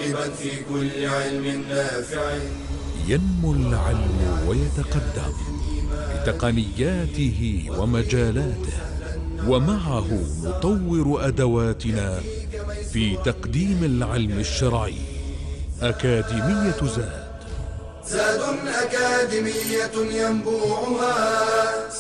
راغبا في كل علم نافع. ينمو العلم ويتقدم بتقنياته ومجالاته، ومعه نطور أدواتنا في تقديم العلم الشرعي. أكاديمية زاد. زاد أكاديمية ينبوعها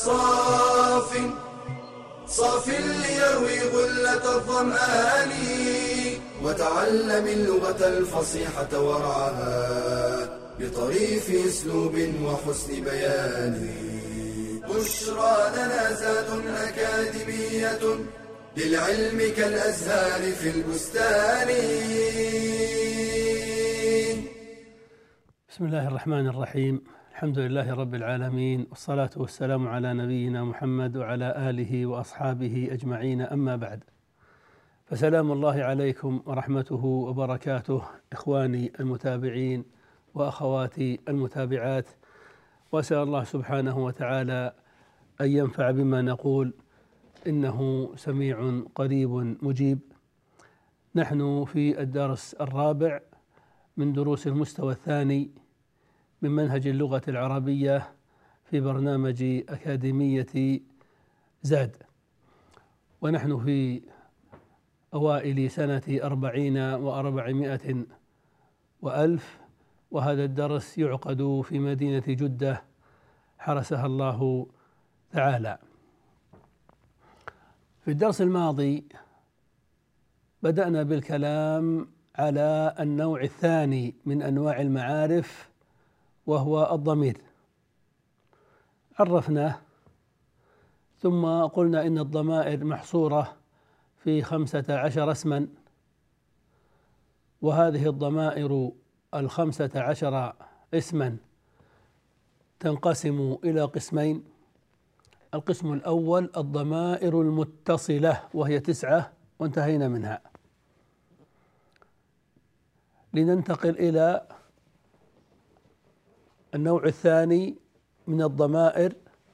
صاف ليروي غلة الظمآن، وتعلم اللغة الفصيحة ورعاها بطريف اسلوب وحسن بيان. بشرى لنا زاد أكاديمية للعلم كالأزهار في البستان. بسم الله الرحمن الرحيم. الحمد لله رب العالمين، والصلاة والسلام على نبينا محمد وعلى آله وأصحابه أجمعين، أما بعد، فسلام الله عليكم ورحمته وبركاته إخواني المتابعين وأخواتي المتابعات، وأسأل الله سبحانه وتعالى أن ينفع بما نقول، إنه سميع قريب مجيب. نحن في الدرس الرابع من دروس المستوى الثاني من منهج اللغة العربية في برنامج أكاديمية زاد، ونحن في أوائل سنة 40 و400 وألف، وهذا الدرس يعقد في مدينة جدة حرسها الله تعالى. في الدرس الماضي بدأنا بالكلام على النوع الثاني من أنواع المعارف، وهو الضمير. عرفناه، ثم قلنا إن الضمائر محصورة في 15 اسما، وهذه الضمائر 15 اسما تنقسم إلى قسمين. القسم الأول الضمائر المتصلة، وهي 9، وانتهينا منها. لننتقل إلى النوع الثاني من الضمائر،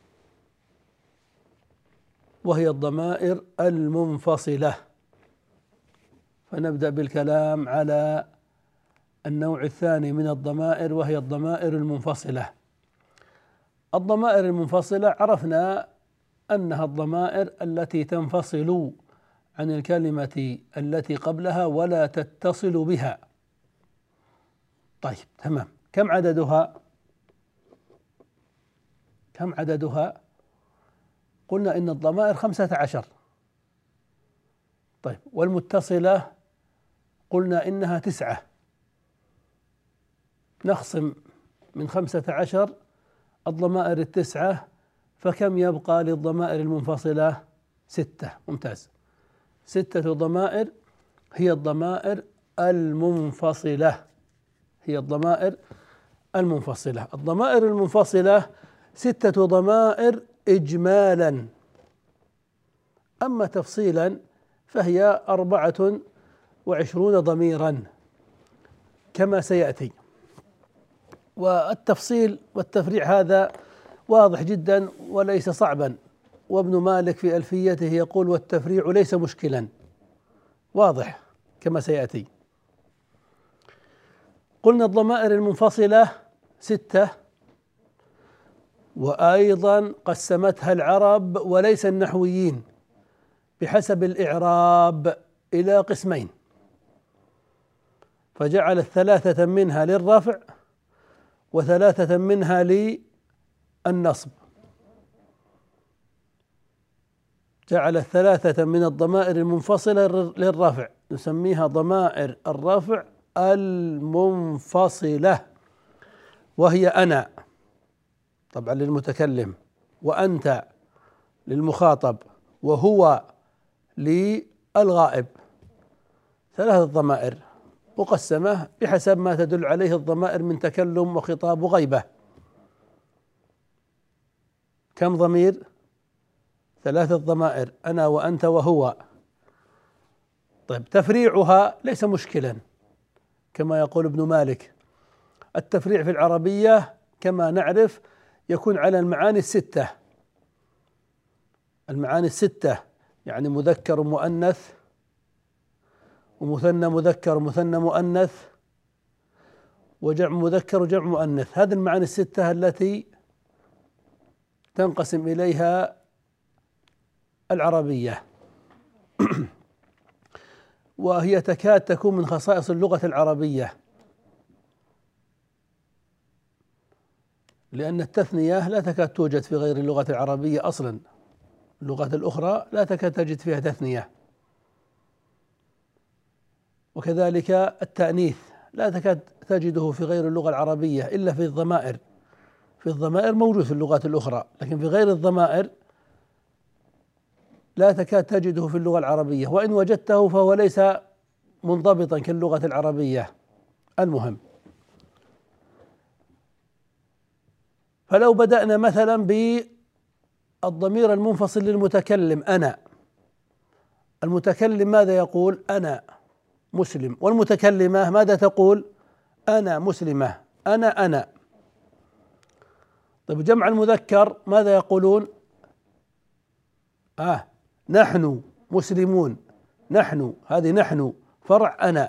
وهي الضمائر المنفصلة. فنبدأ بالكلام على النوع الثاني من الضمائر، وهي الضمائر المنفصلة. الضمائر المنفصلة عرفنا أنها الضمائر التي تنفصل عن الكلمة التي قبلها ولا تتصل بها. طيب، تمام. كم عددها؟ قلنا إن الضمائر 15. طيب، والمتصلة قلنا إنها 9. نخصم من 15 الضمائر 9، فكم يبقى للضمائر المنفصلة؟ 6. ممتاز. 6 ضمائر هي الضمائر المنفصلة. الضمائر المنفصلة 6 ضمائر إجمالا، أما تفصيلا فهي 24 ضميرا كما سيأتي. والتفصيل والتفريع هذا واضح جدا وليس صعبا، وابن مالك في ألفيته يقول: والتفريع ليس مشكلا. واضح كما سيأتي. قلنا الضمائر المنفصلة 6، وأيضا قسمتها العرب وليس النحويين بحسب الإعراب إلى قسمين، فجعلت 3 منها للرفع و3 منها للنصب. جعلت 3 من الضمائر المنفصلة للرفع، نسميها ضمائر الرفع المنفصلة، وهي أنا طبعا للمتكلم، وأنت للمخاطب، وهو للغائب. 3 ضمائر مقسمة بحسب ما تدل عليه الضمائر من تكلم وخطاب وغيبة. كم ضمير؟ 3 ضمائر: أنا وأنت وهو. طيب، تفريعها ليس مشكلا كما يقول ابن مالك. التفريع في العربية كما نعرف يكون على المعاني 6. المعاني 6 يعني مذكر مؤنث، ومثنى مذكر ومثنى مؤنث، وجمع مذكر وجمع مؤنث. هذه المعاني الستة التي تنقسم إليها العربية وهي تكاد تكون من خصائص اللغة العربية، لأن التثنية لا تكاد توجد في غير اللغة العربية أصلا، اللغات الأخرى لا تكاد تجد فيها تثنية، وكذلك التأنيث لا تكاد تجده في غير اللغة العربية إلا في الضمائر. في الضمائر موجود في اللغات الأخرى، لكن في غير الضمائر لا تكاد تجده في اللغة العربية، وإن وجدته فهو ليس منضبطا كاللغة العربية. المهم، فلو بدأنا مثلا بالضمير المنفصل للمتكلم أنا، المتكلم ماذا يقول؟ أنا مسلم. والمتكلمة ماذا تقول؟ أنا مسلمة. أنا. طيب جمع المذكر ماذا يقولون؟ نحن مسلمون. نحن، هذه نحن فرع أنا.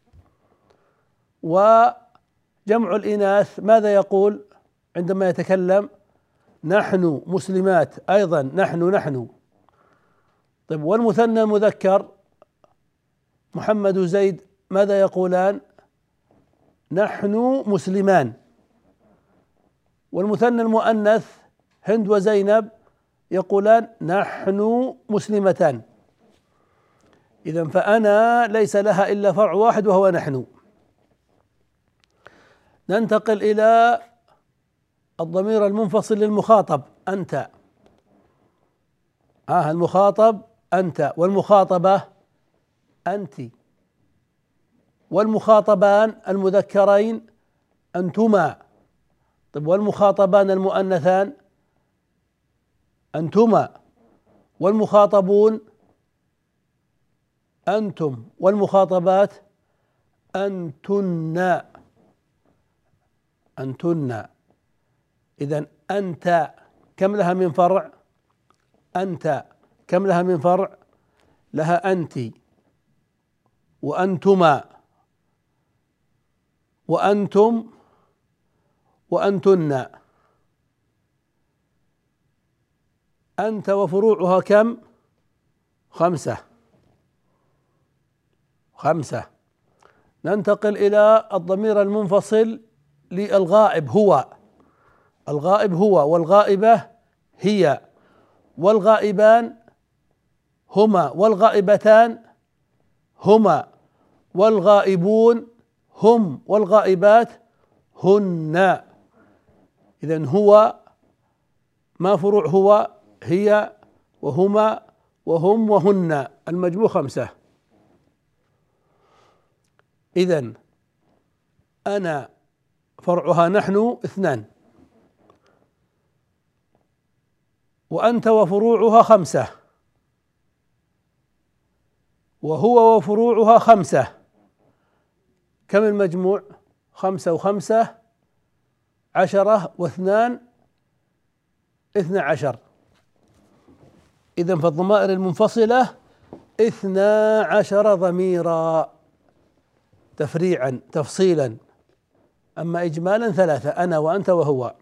وجمع الإناث ماذا يقول عندما يتكلم؟ نحن مسلمات، أيضا نحن. طيب والمثنى المذكر محمد وزيد ماذا يقولان؟ نحن مسلمان. والمثنى المؤنث هند وزينب يقولان نحن مسلمتان. إذن فأنا ليس لها إلا فرع واحد وهو نحن. ننتقل إلى الضمير المنفصل للمخاطب أنت. المخاطب أنت، والمخاطبة أنت، والمخاطبان المذكرين أنتما. طيب والمخاطبان المؤنثان أنتما، والمخاطبون أنتم، والمخاطبات أنتن. إذن أنت كم لها من فرع؟ أنت كم لها من فرع؟ لها أنت وأنتما وأنتم وأنتن. أنت وفروعها كم؟ 5. ننتقل إلى الضمير المنفصل للغائب هو. الغائب هو، والغائبة هي، والغائبان هما، والغائبتان هما، والغائبون هم، والغائبات هن. إذن هو ما فروع هو؟ هي وهما وهم وهن، المجموع 5. إذن أنا فرعها نحن 2، وأنت وفروعها 5، وهو وفروعها 5. كم المجموع؟ 5 و5 10 و2 12. إذن فالضمائر المنفصلة 12 ضميرا تفريعا تفصيلا، أما إجمالا 3، أنا وأنت وهو.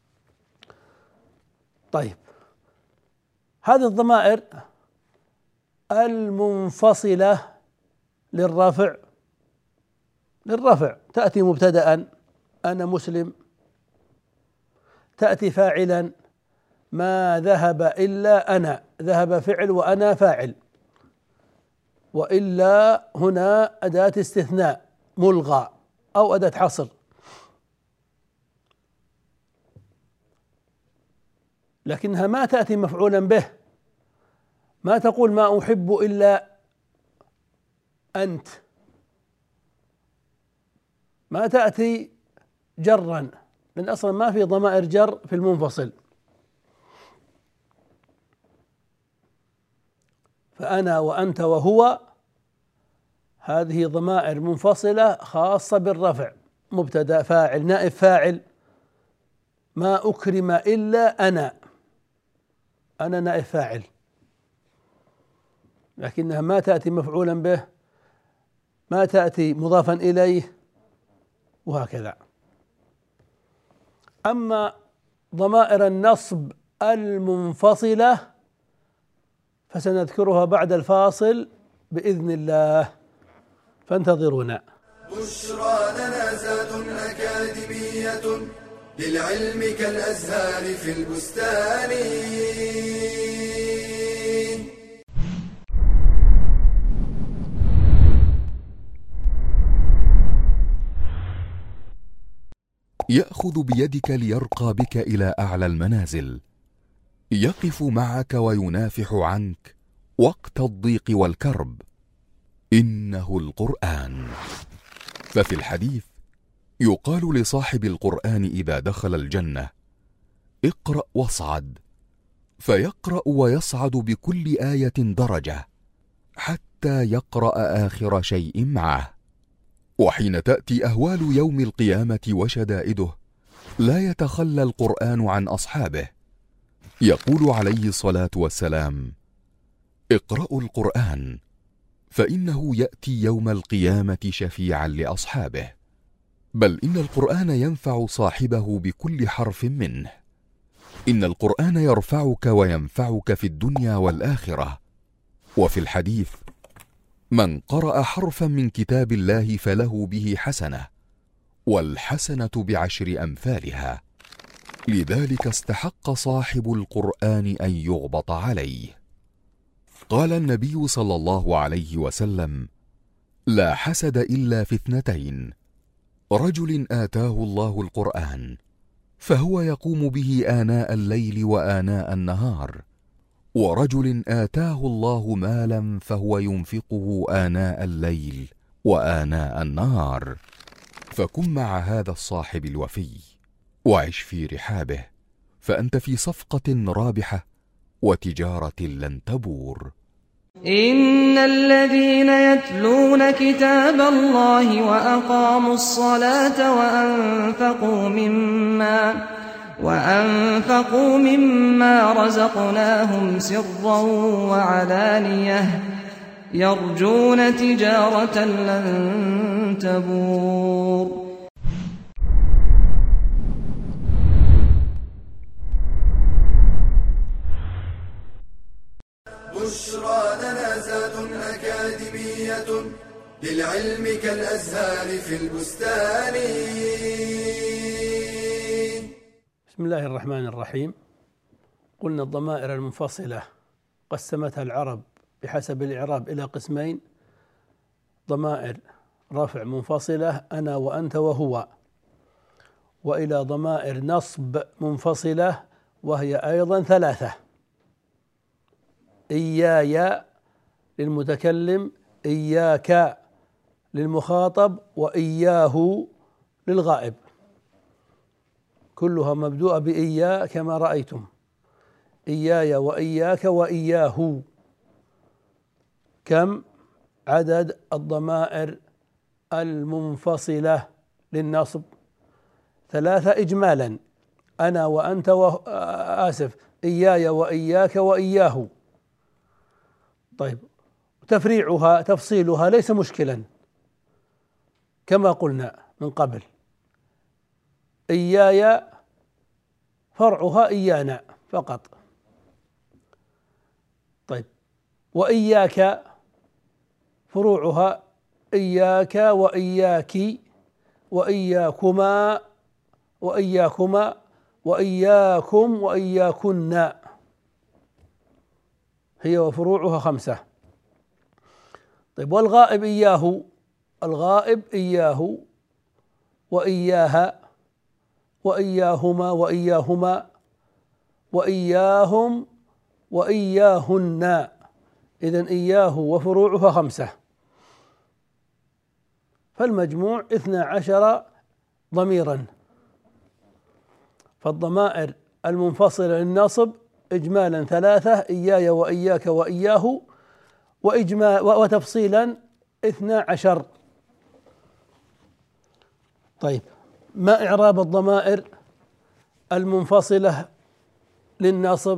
طيب هذه الضمائر المنفصلة للرفع تأتي مبتدأ أنا مسلم، تأتي فاعلا ما ذهب إلا أنا، ذهب فعل وأنا فاعل، وإلا هنا أداة استثناء ملغى أو أداة حصر. لكنها ما تأتي مفعولا به، ما تقول ما أحب إلا أنت، ما تأتي جرا، لأن أصلا ما في ضمائر جر في المنفصل. فأنا وأنت وهو هذه ضمائر منفصلة خاصة بالرفع، مبتدأ فاعل نائب فاعل. ما أكرم إلا أنا نائب فاعل، لكنها ما تأتي مفعولا به، ما تأتي مضافا إليه، وهكذا. أما ضمائر النصب المنفصلة فسنذكرها بعد الفاصل بإذن الله، فانتظرونا. بشرى لنا زاد أكاديمية للعلم كالأزهار في البستان. يأخذ بيدك ليرقى بك إلى أعلى المنازل، يقف معك وينافح عنك وقت الضيق والكرب، إنه القرآن. ففي الحديث يقال لصاحب القرآن إذا دخل الجنة: اقرأ واصعد، فيقرأ ويصعد بكل آية درجة حتى يقرأ آخر شيء معه. وحين تأتي أهوال يوم القيامة وشدائده لا يتخلى القرآن عن أصحابه، يقول عليه الصلاة والسلام: اقرأوا القرآن فإنه يأتي يوم القيامة شفيعا لأصحابه. بل إن القرآن ينفع صاحبه بكل حرف منه. إن القرآن يرفعك وينفعك في الدنيا والآخرة. وفي الحديث: من قرأ حرفا من كتاب الله فله به حسنة، والحسنة بعشر أمثالها. لذلك استحق صاحب القرآن أن يغبط عليه. قال النبي صلى الله عليه وسلم: لا حسد إلا في اثنتين: رجل آتاه الله القرآن فهو يقوم به آناء الليل وآناء النهار، ورجل آتاه الله مالا فهو ينفقه آناء الليل وآناء النهار. فكن مع هذا الصاحب الوفي وعش في رحابه، فأنت في صفقة رابحة وتجارة لن تبور. إن الذين يتلون كتاب الله وأقاموا الصلاة وأنفقوا مما رزقناهم سرا وعلانية يرجون تجارة لن تبور. بشرى لنا زاد أكاديمية للعلم كالأزهار في البستان. بسم الله الرحمن الرحيم. قلنا الضمائر المنفصلة قسمتها العرب بحسب الإعراب إلى قسمين: ضمائر رفع منفصلة أنا وأنت وهو، وإلى ضمائر نصب منفصلة وهي أيضا ثلاثة: إياي للمتكلم، إياك للمخاطب، وإياه للغائب. كلها مبدوءة بإيا كما رأيتم: إياي وإياك وإياه. كم عدد الضمائر المنفصلة للنصب؟ ثلاثة إجمالا: أنا وأنت إياي وإياك وإياه. طيب، تفريعها تفصيلها ليس مشكلا كما قلنا من قبل: إياي فرعها إيانا فقط. طيب، وإياك فروعها إياك وإياك وإياكما وإياكما وإياكم وإياكن، هي وفروعها خمسة. طيب، والغائب إياه، الغائب إياه وإياها وإياهما وإياهما وإياهم وإياهن. إذن إياه وفروعها خمسة، فالمجموع 12 ضميرا. فالضمائر المنفصلة للنصب إجمالا ثلاثة: إياي وإياك وإياه، وتفصيلا 12. طيب، ما إعراب الضمائر المنفصلة للنصب؟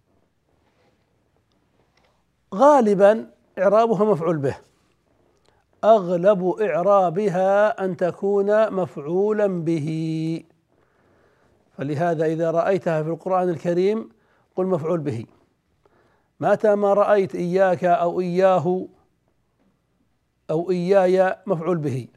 غالبا إعرابها مفعول به، أغلب إعرابها أن تكون مفعولا به، فلهذا إذا رأيتها في القرآن الكريم قل مفعول به. متى ما رأيت إياك أو إياه أو إياي مفعول به.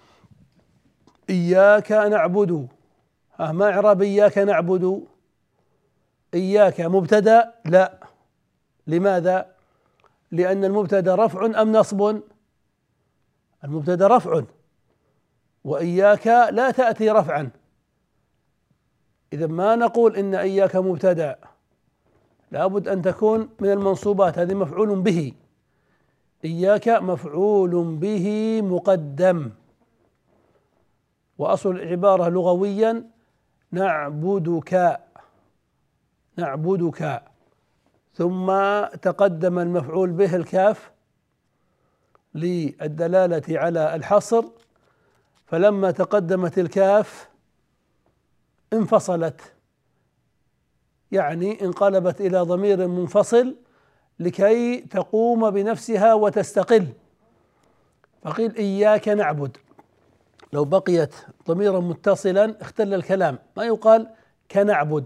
إياك نعبد، ما إعراب إياك نعبد؟ إياك مبتدأ؟ لا. لماذا؟ لأن المبتدأ رفع أم نصب؟ المبتدأ رفع، وإياك لا تأتي رفعا، إذا ما نقول إن إياك مبتدأ، لابد أن تكون من المنصوبات، هذه مفعول به. إياك مفعول به مقدم، وأصل العبارة لغويا نعبدك، نعبدك، ثم تقدم المفعول به الكاف للدلالة على الحصر، فلما تقدمت الكاف انفصلت، يعني انقلبت إلى ضمير منفصل لكي تقوم بنفسها وتستقل، فقيل إياك نعبد. لو بقيت ضميرا متصلا اختل الكلام، ما يقال كنعبد،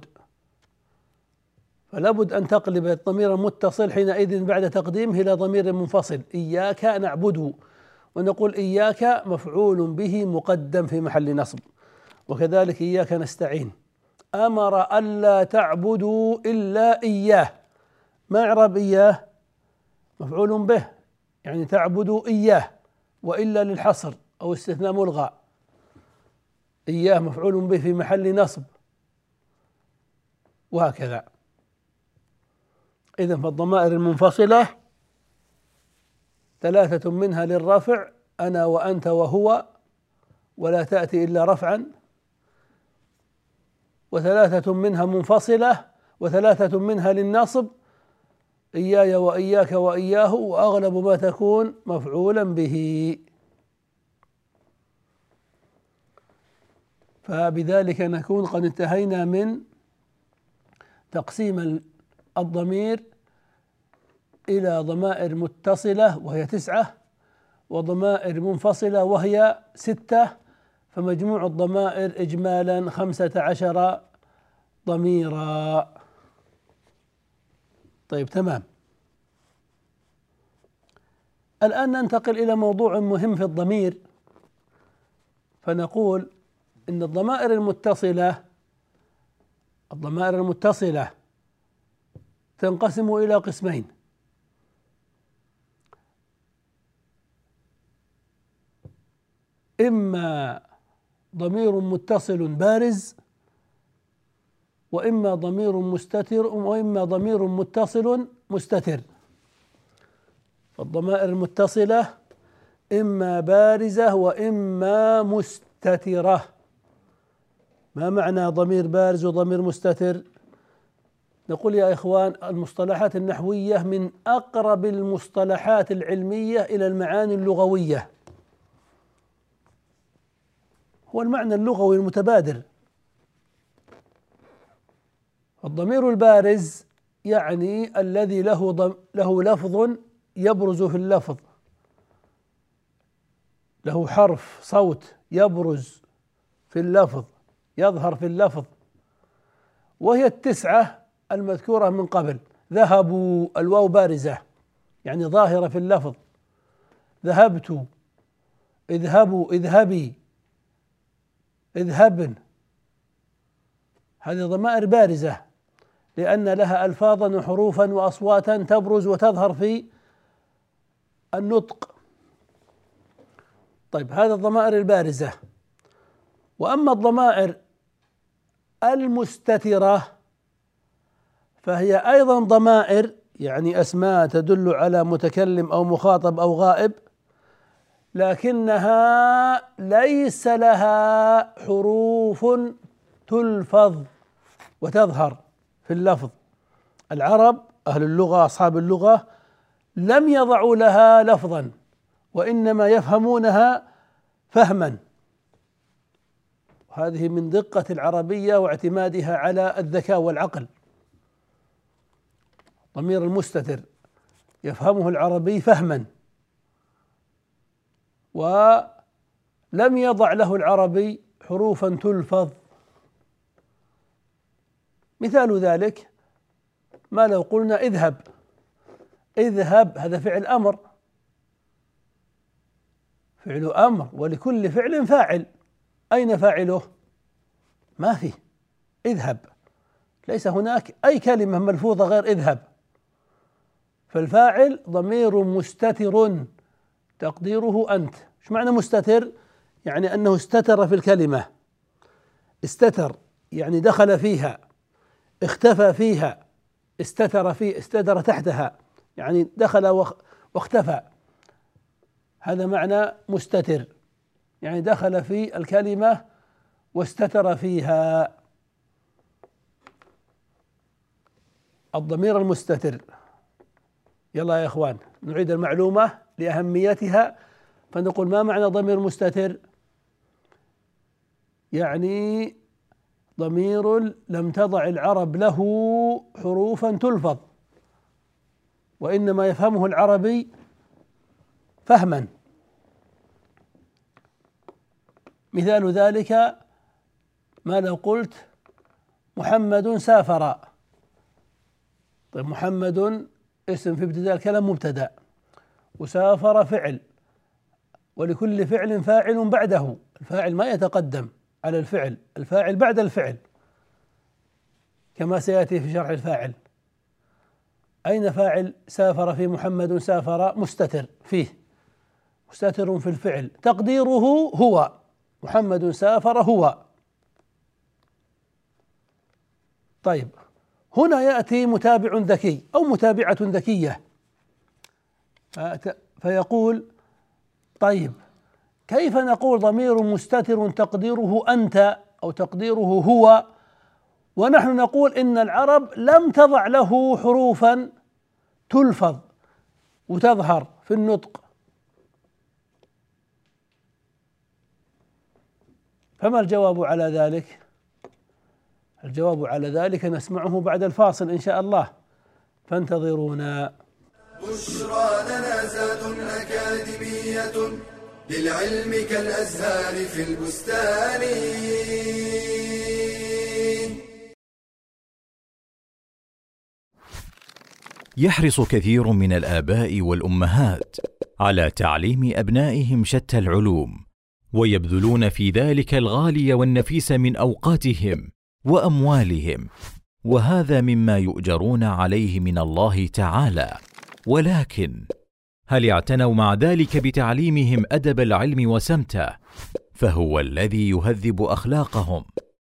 فلابد أن تقلب الضمير المتصل حينئذ بعد تقديمه إلى ضمير منفصل، إياك نعبد، ونقول إياك مفعول به مقدم في محل نصب. وكذلك إياك نستعين، أمر ألا تعبدوا إلا إياه، ما إعراب إياه؟ مفعول به، يعني تعبدوا إياه، وإلا للحصر أو استثناء ملغى. إياه مفعول به في محل نصب، وهكذا. إذن فالضمائر المنفصلة 3 منها للرفع، أنا وأنت وهو، ولا تأتي إلا رفعا، و3 منها منفصلة، و3 منها للنصب، إياي وإياك وإياه، وأغلب ما تكون مفعولا به. فبذلك نكون قد انتهينا من تقسيم الضمير إلى ضمائر متصلة وهي 9، وضمائر منفصلة وهي 6، فمجموع الضمائر إجمالا 15 ضميرا. طيب تمام. الآن ننتقل إلى موضوع مهم في الضمير، فنقول إن الضمائر المتصلة تنقسم إلى قسمين: إما ضمير متصل بارز، وإما ضمير مستتر، وإما ضمير متصل مستتر. فالضمائر المتصلة إما بارزة وإما مستترة. ما معنى ضمير بارز وضمير مستتر؟ نقول يا إخوان، المصطلحات النحوية من أقرب المصطلحات العلمية إلى المعاني اللغوية، هو المعنى اللغوي المتبادر. الضمير البارز يعني الذي له لفظ يبرز في اللفظ، له حرف صوت يبرز في اللفظ، يظهر في اللفظ، وهي 9 المذكورة من قبل. ذهبوا، الواو بارزة يعني ظاهرة في اللفظ، ذهبت، اذهبوا، اذهبي، اذهبن، هذه ضمائر بارزة لأن لها ألفاظا وحروفا وأصواتا تبرز وتظهر في النطق. طيب، هذا الضمائر البارزة. وأما الضمائر المستترة فهي أيضا ضمائر، يعني أسماء تدل على متكلم أو مخاطب أو غائب، لكنها ليس لها حروف تلفظ وتظهر في اللفظ. العرب أهل اللغة أصحاب اللغة لم يضعوا لها لفظا، وإنما يفهمونها فهما. هذه من دقة العربية واعتمادها على الذكاء والعقل. ضمير المستتر يفهمه العربي فهما، ولم يضع له العربي حروفا تلفظ. مثال ذلك ما لو قلنا اذهب، اذهب هذا فعل أمر، فعل أمر، ولكل فعل فاعل، أين فاعله؟ ما في، اذهب، ليس هناك أي كلمة ملفوظة غير اذهب، فالفاعل ضمير مستتر تقديره أنت. ايش معنى مستتر؟ يعني أنه استتر في الكلمة، استتر يعني دخل فيها، اختفى فيها، استتر تحتها، يعني دخل واختفى، هذا معنى مستتر، يعني دخل في الكلمة واستتر فيها. الضمير المستتر، يلا يا إخوان نعيد المعلومة لأهميتها، فنقول ما معنى ضمير مستتر؟ يعني ضمير لم تضع العرب له حروفا تلفظ، وإنما يفهمه العربي فهما. مثال ذلك ما لو قلت محمد سافر. طيب محمد اسم في ابتداء الكلام مبتدأ، وسافر فعل، ولكل فعل فاعل بعده، الفاعل ما يتقدم على الفعل، الفاعل بعد الفعل كما سيأتي في شرح الفاعل. أين فاعل سافر في محمد؟ سافر مستتر فيه، مستتر في الفعل، تقديره هو، محمد سافر هو. طيب هنا يأتي متابع ذكي أو متابعة ذكية فيقول طيب كيف نقول ضمير مستتر تقديره أنت أو تقديره هو، ونحن نقول إن العرب لم تضع له حروفا تلفظ وتظهر في النطق؟ فما الجواب على ذلك؟ الجواب على ذلك نسمعه بعد الفاصل إن شاء الله، فانتظرونا. بشرى لنا زاد أكاديمية للعلم كالأزهار في البستان. يحرص كثير من الآباء والأمهات على تعليم أبنائهم شتى العلوم، ويبذلون في ذلك الغالي والنفيس من أوقاتهم وأموالهم، وهذا مما يؤجرون عليه من الله تعالى. ولكن هل اعتنوا مع ذلك بتعليمهم أدب العلم وسمته؟ فهو الذي يهذب أخلاقهم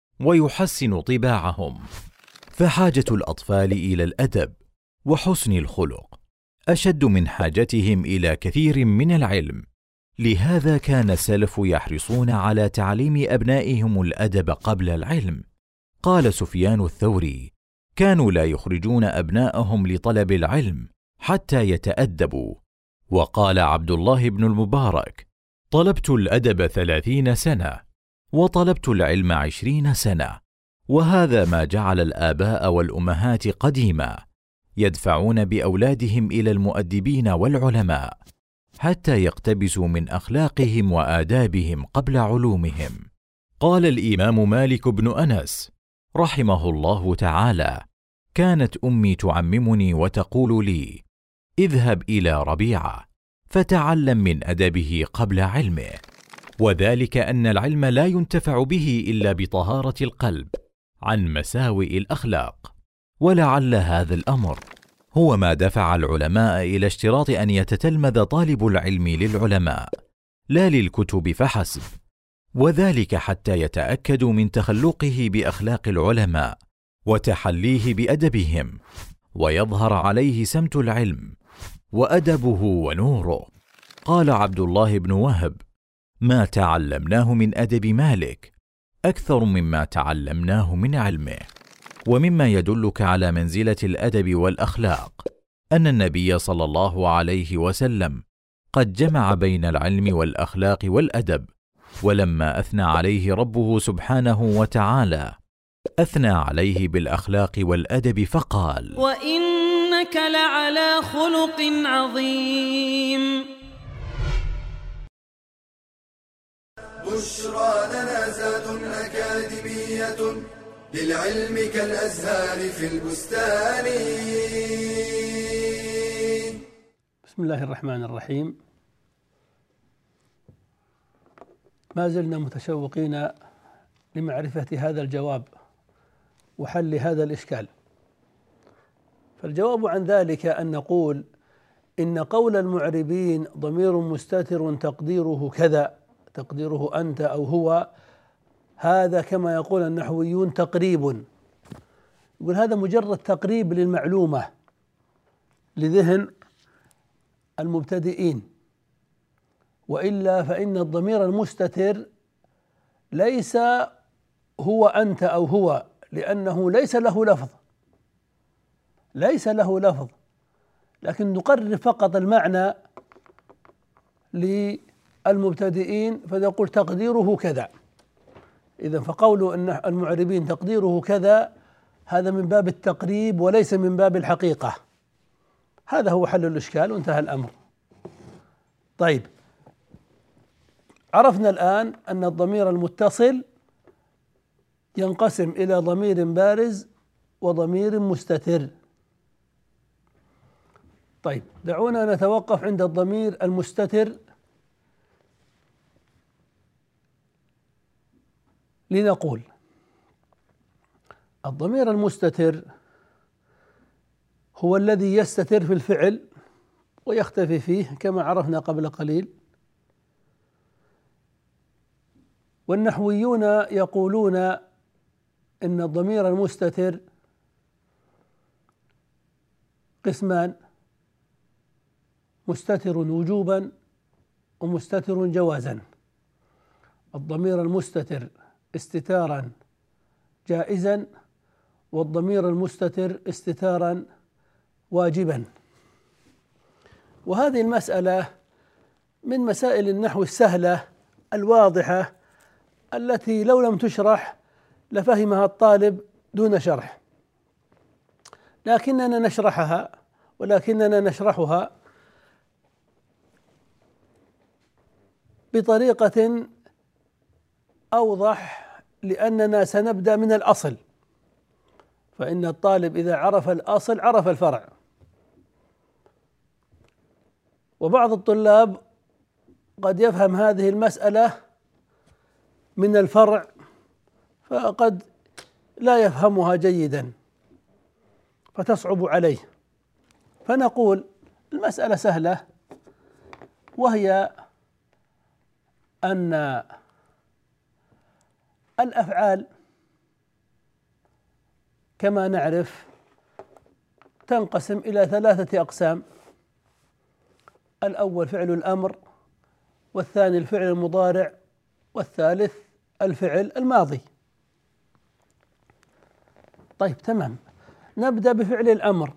ويحسن طباعهم. فحاجة الأطفال إلى الأدب وحسن الخلق أشد من حاجتهم إلى كثير من العلم. لهذا كان السلف يحرصون على تعليم أبنائهم الأدب قبل العلم. قال سفيان الثوري: كانوا لا يخرجون أبناءهم لطلب العلم حتى يتأدبوا. وقال عبد الله بن المبارك: طلبت الأدب 30 سنة وطلبت العلم 20 سنة. وهذا ما جعل الآباء والأمهات قديما يدفعون بأولادهم إلى المؤدبين والعلماء حتى يقتبسوا من أخلاقهم وآدابهم قبل علومهم. قال الإمام مالك بن أنس رحمه الله تعالى: كانت أمي تعممني وتقول لي: اذهب إلى ربيعة فتعلم من أدبه قبل علمه. وذلك أن العلم لا ينتفع به إلا بطهارة القلب عن مساوئ الأخلاق. ولعل هذا الأمر هو ما دفع العلماء إلى اشتراط أن يتتلمذ طالب العلم للعلماء لا للكتب فحسب، وذلك حتى يتأكدوا من تخلقه بأخلاق العلماء وتحليه بأدبهم، ويظهر عليه سمت العلم وأدبه ونوره. قال عبد الله بن وهب: ما تعلمناه من أدب مالك أكثر مما تعلمناه من علمه. ومما يدلك على منزلة الأدب والأخلاق أن النبي صلى الله عليه وسلم قد جمع بين العلم والأخلاق والأدب. ولما أثنى عليه ربه سبحانه وتعالى أثنى عليه بالأخلاق والأدب فقال: وإنك لعلى خلق عظيم. بشرى لنا زاد أكاديمية للعلم كالأزهار في البستان. بسم الله الرحمن الرحيم. ما زلنا متشوقين لمعرفة هذا الجواب وحل هذا الإشكال. فالجواب عن ذلك أن نقول إن قول المعربين ضمير مستتر تقديره كذا، تقديره أنت أو هو، هذا كما يقول النحويون تقريب. يقول هذا مجرد تقريب للمعلومة لذهن المبتدئين، وإلا فإن الضمير المستتر ليس هو أنت أو هو، لأنه ليس له لفظ، ليس له لفظ، لكن نقرر فقط المعنى للمبتدئين فنقول تقديره كذا. إذن فقول أن المعربين تقديره كذا هذا من باب التقريب وليس من باب الحقيقة. هذا هو حل الإشكال وانتهى الأمر. طيب، عرفنا الآن أن الضمير المتصل ينقسم إلى ضمير بارز وضمير مستتر. طيب، دعونا نتوقف عند الضمير المستتر لنقول الضمير المستتر هو الذي يستتر في الفعل ويختفي فيه كما عرفنا قبل قليل. والنحويون يقولون إن الضمير المستتر قسمان: مستتر وجوبا ومستتر جوازا. الضمير المستتر استتارا جائزا، والضمير المستتر استتارا واجبا. وهذه المسألة من مسائل النحو السهلة الواضحة التي لو لم تشرح لفهمها الطالب دون شرح، لكننا نشرحها بطريقة أوضح، لأننا سنبدأ من الأصل، فإن الطالب إذا عرف الأصل عرف الفرع. وبعض الطلاب قد يفهم هذه المسألة من الفرع فقد لا يفهمها جيدا فتصعب عليه. فنقول المسألة سهلة، وهي أن الأفعال كما نعرف تنقسم إلى 3 أقسام: الأول فعل الأمر، والثاني الفعل المضارع، والثالث الفعل الماضي. طيب، تمام، نبدأ بفعل الأمر.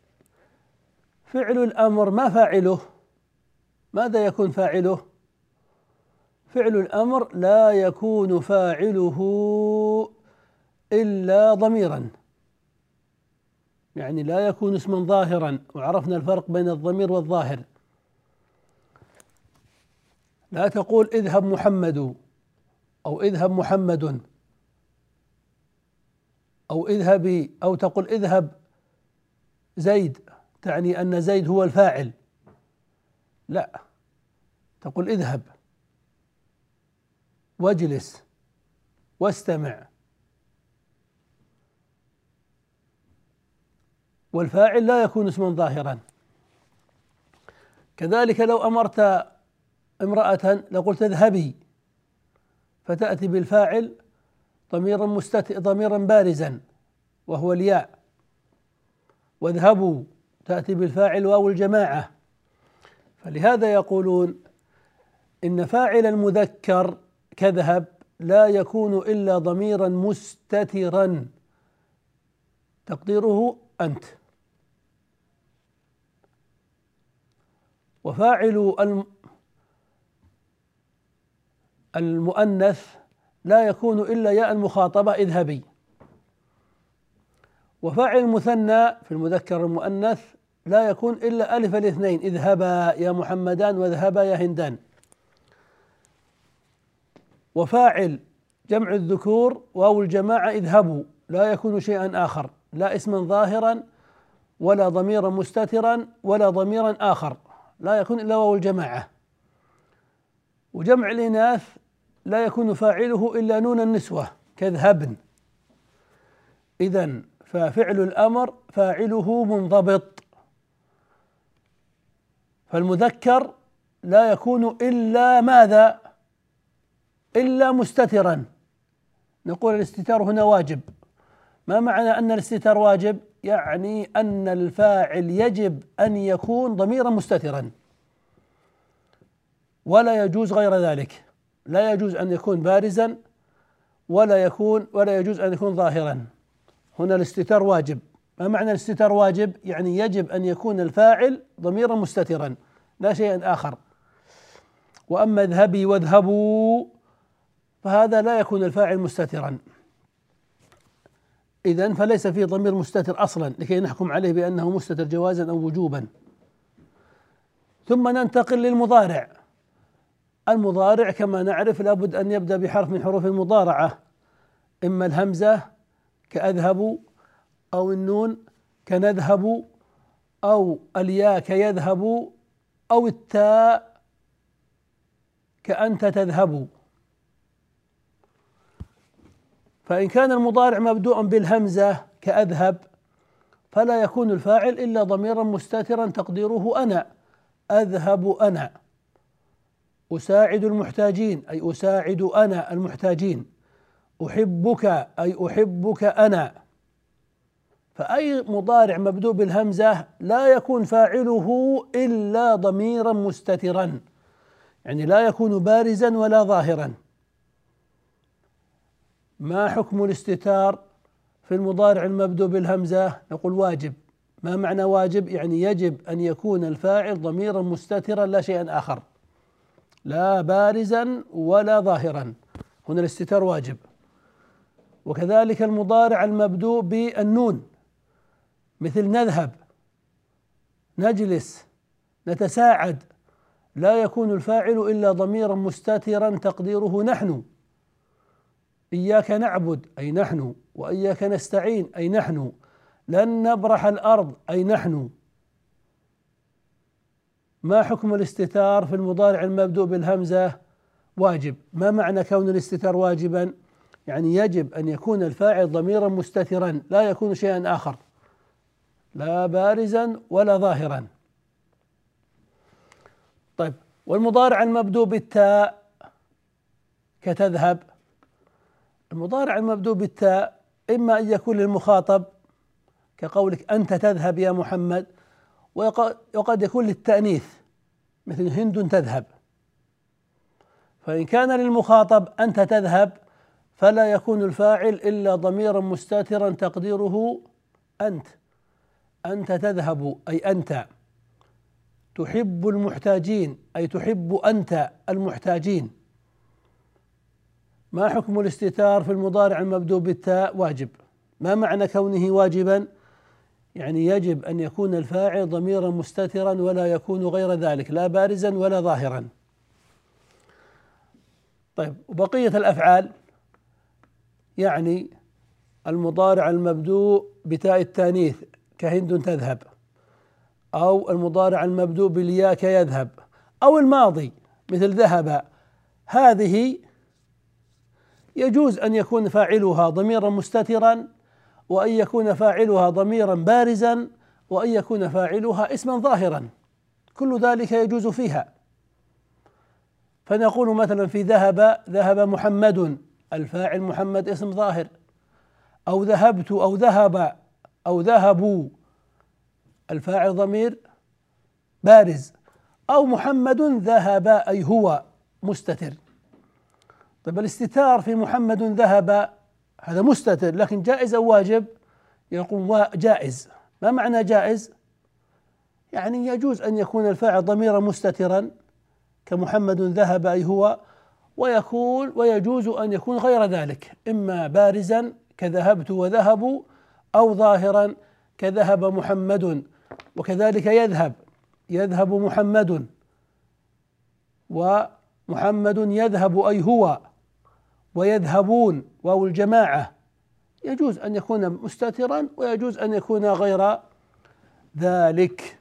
فعل الأمر ما فاعله؟ ماذا يكون فاعله؟ فعل الأمر لا يكون فاعله إلا ضميرا، يعني لا يكون اسما ظاهرا، وعرفنا الفرق بين الضمير والظاهر. لا تقول اذهب محمد أو اذهب محمد أو اذهبي، أو تقول اذهب زيد تعني أن زيد هو الفاعل، لا، تقول اذهب واجلس واستمع، والفاعل لا يكون اسما ظاهرا. كذلك لو أمرت امرأة لقلت اذهبي، فتأتي بالفاعل ضميرا بارزا وهو الياء، واذهبوا تأتي بالفاعل واو الجماعة. فلهذا يقولون إن فاعل المذكر كذهب لا يكون إلا ضميرا مستترا تقديره أنت. وفاعل المؤنث لا يكون إلا ياء المخاطبة اذهبي. وفاعل المثنى في المذكر المؤنث لا يكون إلا ألف الاثنين، اذهبا يا محمدان واذهبا يا هندان. وفاعل جمع الذكور واو الجماعة اذهبوا لا يكون شيئا آخر، لا اسما ظاهرا ولا ضميرا مستترا ولا ضميرا آخر، لا يكون إلا واو الجماعة. وجمع الإناث لا يكون فاعله إلا نون النسوة كاذهبن. إذن ففعل الأمر فاعله منضبط، فالمذكر لا يكون إلا ماذا؟ إلا مستترا. نقول الاستتار هنا واجب. ما معنى أن الاستتار واجب؟ يعني أن الفاعل يجب أن يكون ضميرا مستترا، ولا يجوز غير ذلك، لا يجوز أن يكون بارزا ولا يجوز أن يكون ظاهرا. هنا الاستتار واجب. ما معنى الاستتار واجب؟ يعني يجب أن يكون الفاعل ضميرا مستترا لا شيئا آخر. وأما اذهبي واذهبوا فهذا لا يكون الفاعل مستترا، إذن فليس فيه ضمير مستتر أصلا لكي نحكم عليه بأنه مستتر جوازا أو وجوبا. ثم ننتقل للمضارع. المضارع كما نعرف لابد أن يبدأ بحرف من حروف المضارعة، إما الهمزة كأذهب، أو النون كنذهب، أو الياء كيذهب، أو التاء كأنت تذهب. فإن كان المضارع مبدوءا بالهمزة كأذهب فلا يكون الفاعل إلا ضميرا مستترا تقديره أنا، أذهب أنا، أساعد المحتاجين أي أساعد أنا المحتاجين، أحبك أي أحبك أنا. فأي مضارع مبدوء بالهمزة لا يكون فاعله إلا ضميرا مستترا، يعني لا يكون بارزا ولا ظاهرا. ما حكم الاستتار في المضارع المبدوء بالهمزة؟ نقول واجب. ما معنى واجب؟ يعني يجب أن يكون الفاعل ضميرا مستترا لا شيئا آخر، لا بارزا ولا ظاهرا. هنا الاستتار واجب. وكذلك المضارع المبدوء بالنون مثل نذهب، نجلس، نتساعد، لا يكون الفاعل إلا ضميرا مستترا تقديره نحن، إياك نعبد أي نحن، وإياك نستعين أي نحن، لن نبرح الأرض أي نحن. ما حكم الاستتار في المضارع المبدوء بالهمزة؟ واجب. ما معنى كون الاستتار واجبا؟ يعني يجب أن يكون الفاعل ضميرا مستترا لا يكون شيئا آخر، لا بارزا ولا ظاهرا. طيب، والمضارع المبدوء بالتاء كتذهب، المضارع المبدوء بالتاء إما أن يكون للمخاطب كقولك أنت تذهب يا محمد، وقد يكون للتأنيث مثل هند تذهب. فإن كان للمخاطب أنت تذهب فلا يكون الفاعل إلا ضميرا مستترا تقديره أنت، أنت تذهب أي أنت، تحب المحتاجين أي تحب أنت المحتاجين. ما حكم الاستتار في المضارع المبدوء بالتاء؟ واجب. ما معنى كونه واجبا؟ يعني يجب أن يكون الفاعل ضميرا مستترا ولا يكون غير ذلك، لا بارزا ولا ظاهرا. طيب، وبقية الأفعال يعني المضارع المبدوء بتاء التانيث كهند تذهب، أو المضارع المبدوء بالياء كيذهب، أو الماضي مثل ذهب، هذه يجوز أن يكون فاعلها ضميرا مستترا، وأن يكون فاعلها ضميرا بارزا، وأن يكون فاعلها اسما ظاهرا، كل ذلك يجوز فيها. فنقول مثلا في ذهب، ذهب محمد، الفاعل محمد اسم ظاهر، أو ذهبت أو ذهب أو ذهبوا، الفاعل ضمير بارز، أو محمد ذهب أي هو مستتر. طيب، الاستتار في محمد ذهب هذا مستتر، لكن جائز أو واجب؟ يقول جائز. ما معنى جائز؟ يعني يجوز أن يكون الفاعل ضميرا مستترا كمحمد ذهب أي هو، ويجوز أن يكون غير ذلك، إما بارزا كذهبت وذهبوا، أو ظاهرا كذهب محمد. وكذلك يذهب محمد، ومحمد يذهب أي هو، ويذهبون واو الجماعة يجوز أن يكون مستترا ويجوز أن يكون غير ذلك.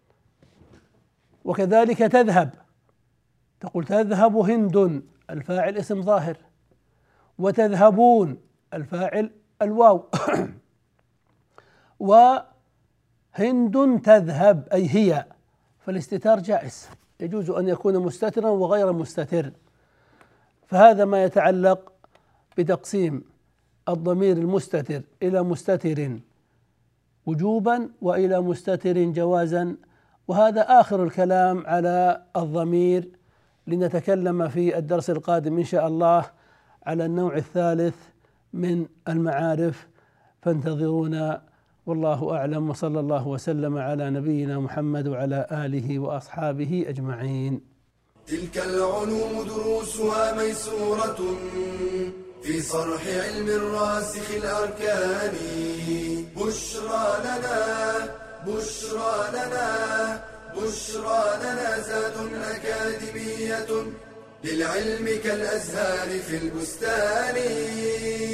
وكذلك تذهب، تقول تذهب هند، الفاعل اسم ظاهر، وتذهبون الفاعل الواو وهند تذهب أي هي، فالاستتار جائز، يجوز أن يكون مستترا وغير مستتر. فهذا ما يتعلق بتقسيم الضمير المستتر إلى مستتر وجوبا وإلى مستتر جوازا. وهذا آخر الكلام على الضمير، لنتكلم في الدرس القادم إن شاء الله على النوع الثالث من المعارف، فانتظرونا. والله أعلم، وصلى الله وسلم على نبينا محمد وعلى آله وأصحابه أجمعين. تلك العلوم دروسها ميسورة في صرح علم الراسخ الأركان. بشرى لنا زاد أكاديمية للعلم كالأزهار في البستان.